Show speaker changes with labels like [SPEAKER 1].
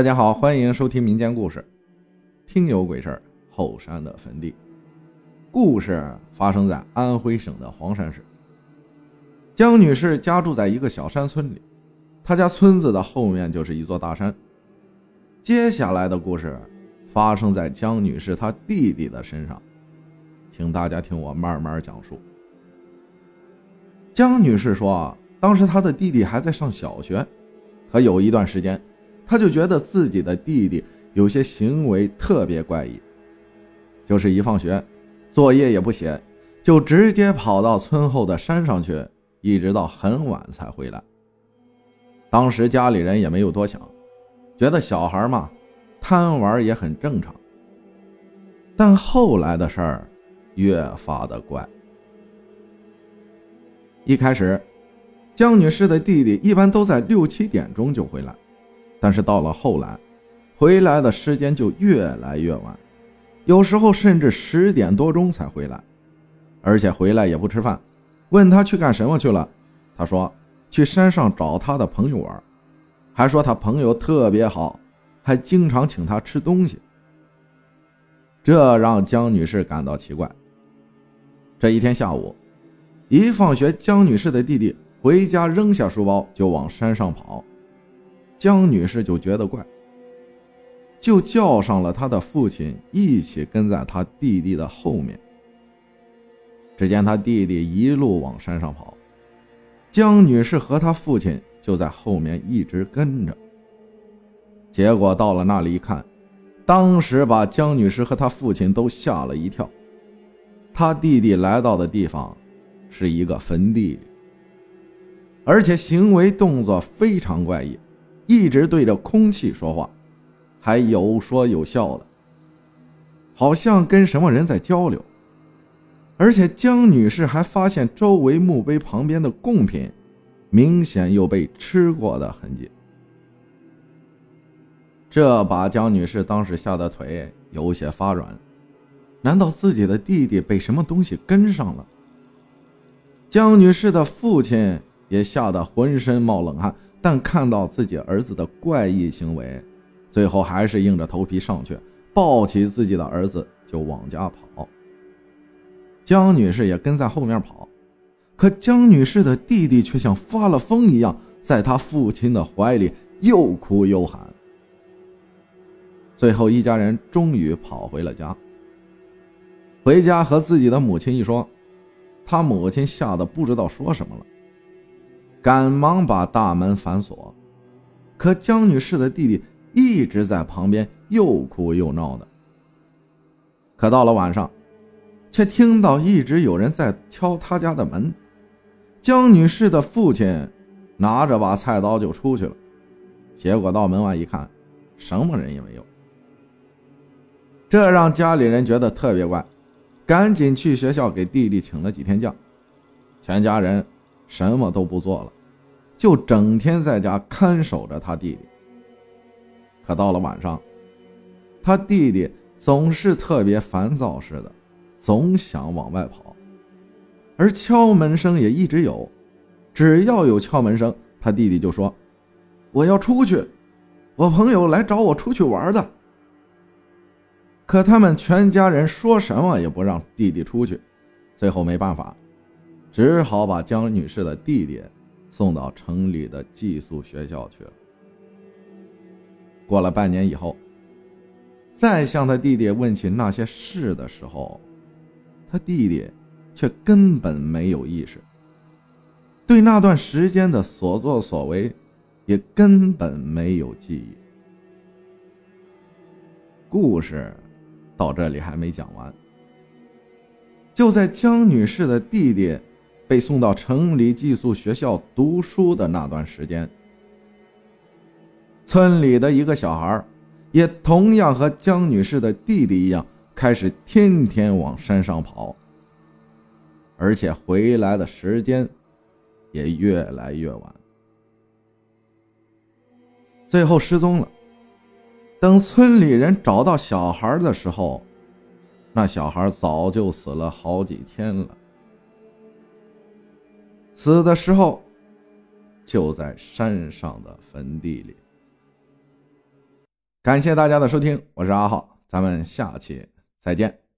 [SPEAKER 1] 大家好，欢迎收听民间故事，听有鬼事后山的坟地。故事发生在安徽省的黄山市。江女士家住在一个小山村里，她家村子的后面就是一座大山。接下来的故事发生在江女士她弟弟的身上，请大家听我慢慢讲述。江女士说，当时她的弟弟还在上小学，可有一段时间她就觉得自己的弟弟有些行为特别怪异，就是一放学作业也不写，就直接跑到村后的山上去，一直到很晚才回来。当时家里人也没有多想，觉得小孩嘛，贪玩也很正常。但后来的事儿越发的怪。一开始江女士的弟弟一般都在6、7点钟就回来，但是到了后来回来的时间就越来越晚，有时候甚至10点多钟才回来，而且回来也不吃饭。问他去干什么去了，他说去山上找他的朋友玩，还说他朋友特别好，还经常请他吃东西。这让江女士感到奇怪。这一天下午，一放学，江女士的弟弟回家扔下书包就往山上跑，江女士就觉得怪，就叫上了他的父亲一起跟在他弟弟的后面。只见他弟弟一路往山上跑，江女士和他父亲就在后面一直跟着。结果到了那里一看，当时把江女士和他父亲都吓了一跳。他弟弟来到的地方是一个坟地里，而且行为动作非常怪异，一直对着空气说话，还有说有笑的，好像跟什么人在交流。而且江女士还发现周围墓碑旁边的贡品明显有被吃过的痕迹。这把江女士当时吓得腿有些发软，难道自己的弟弟被什么东西跟上了？江女士的父亲也吓得浑身冒冷汗，但看到自己儿子的怪异行为，最后还是硬着头皮上去，抱起自己的儿子就往家跑。江女士也跟在后面跑，可江女士的弟弟却像发了疯一样，在他父亲的怀里又哭又喊。最后一家人终于跑回了家。回家和自己的母亲一说，他母亲吓得不知道说什么了，赶忙把大门反锁。可江女士的弟弟一直在旁边又哭又闹的。可到了晚上，却听到一直有人在敲他家的门。江女士的父亲拿着把菜刀就出去了，结果到门外一看，什么人也没有。这让家里人觉得特别怪，赶紧去学校给弟弟请了几天假。全家人什么都不做了，就整天在家看守着他弟弟。可到了晚上，他弟弟总是特别烦躁似的，总想往外跑，而敲门声也一直有。只要有敲门声，他弟弟就说：“我要出去，我朋友来找我出去玩的。”可他们全家人说什么也不让弟弟出去，最后没办法，只好把江女士的弟弟送到城里的寄宿学校去了。过了半年以后，再向他弟弟问起那些事的时候，他弟弟却根本没有意识，对那段时间的所作所为也根本没有记忆。故事到这里还没讲完。就在江女士的弟弟被送到城里寄宿学校读书的那段时间，村里的一个小孩也同样和江女士的弟弟一样，开始天天往山上跑，而且回来的时间也越来越晚，最后失踪了。等村里人找到小孩的时候，那小孩早就死了好几天了，死的时候就在山上的坟地里。 感谢大家的收听，我是阿浩，咱们下期再见。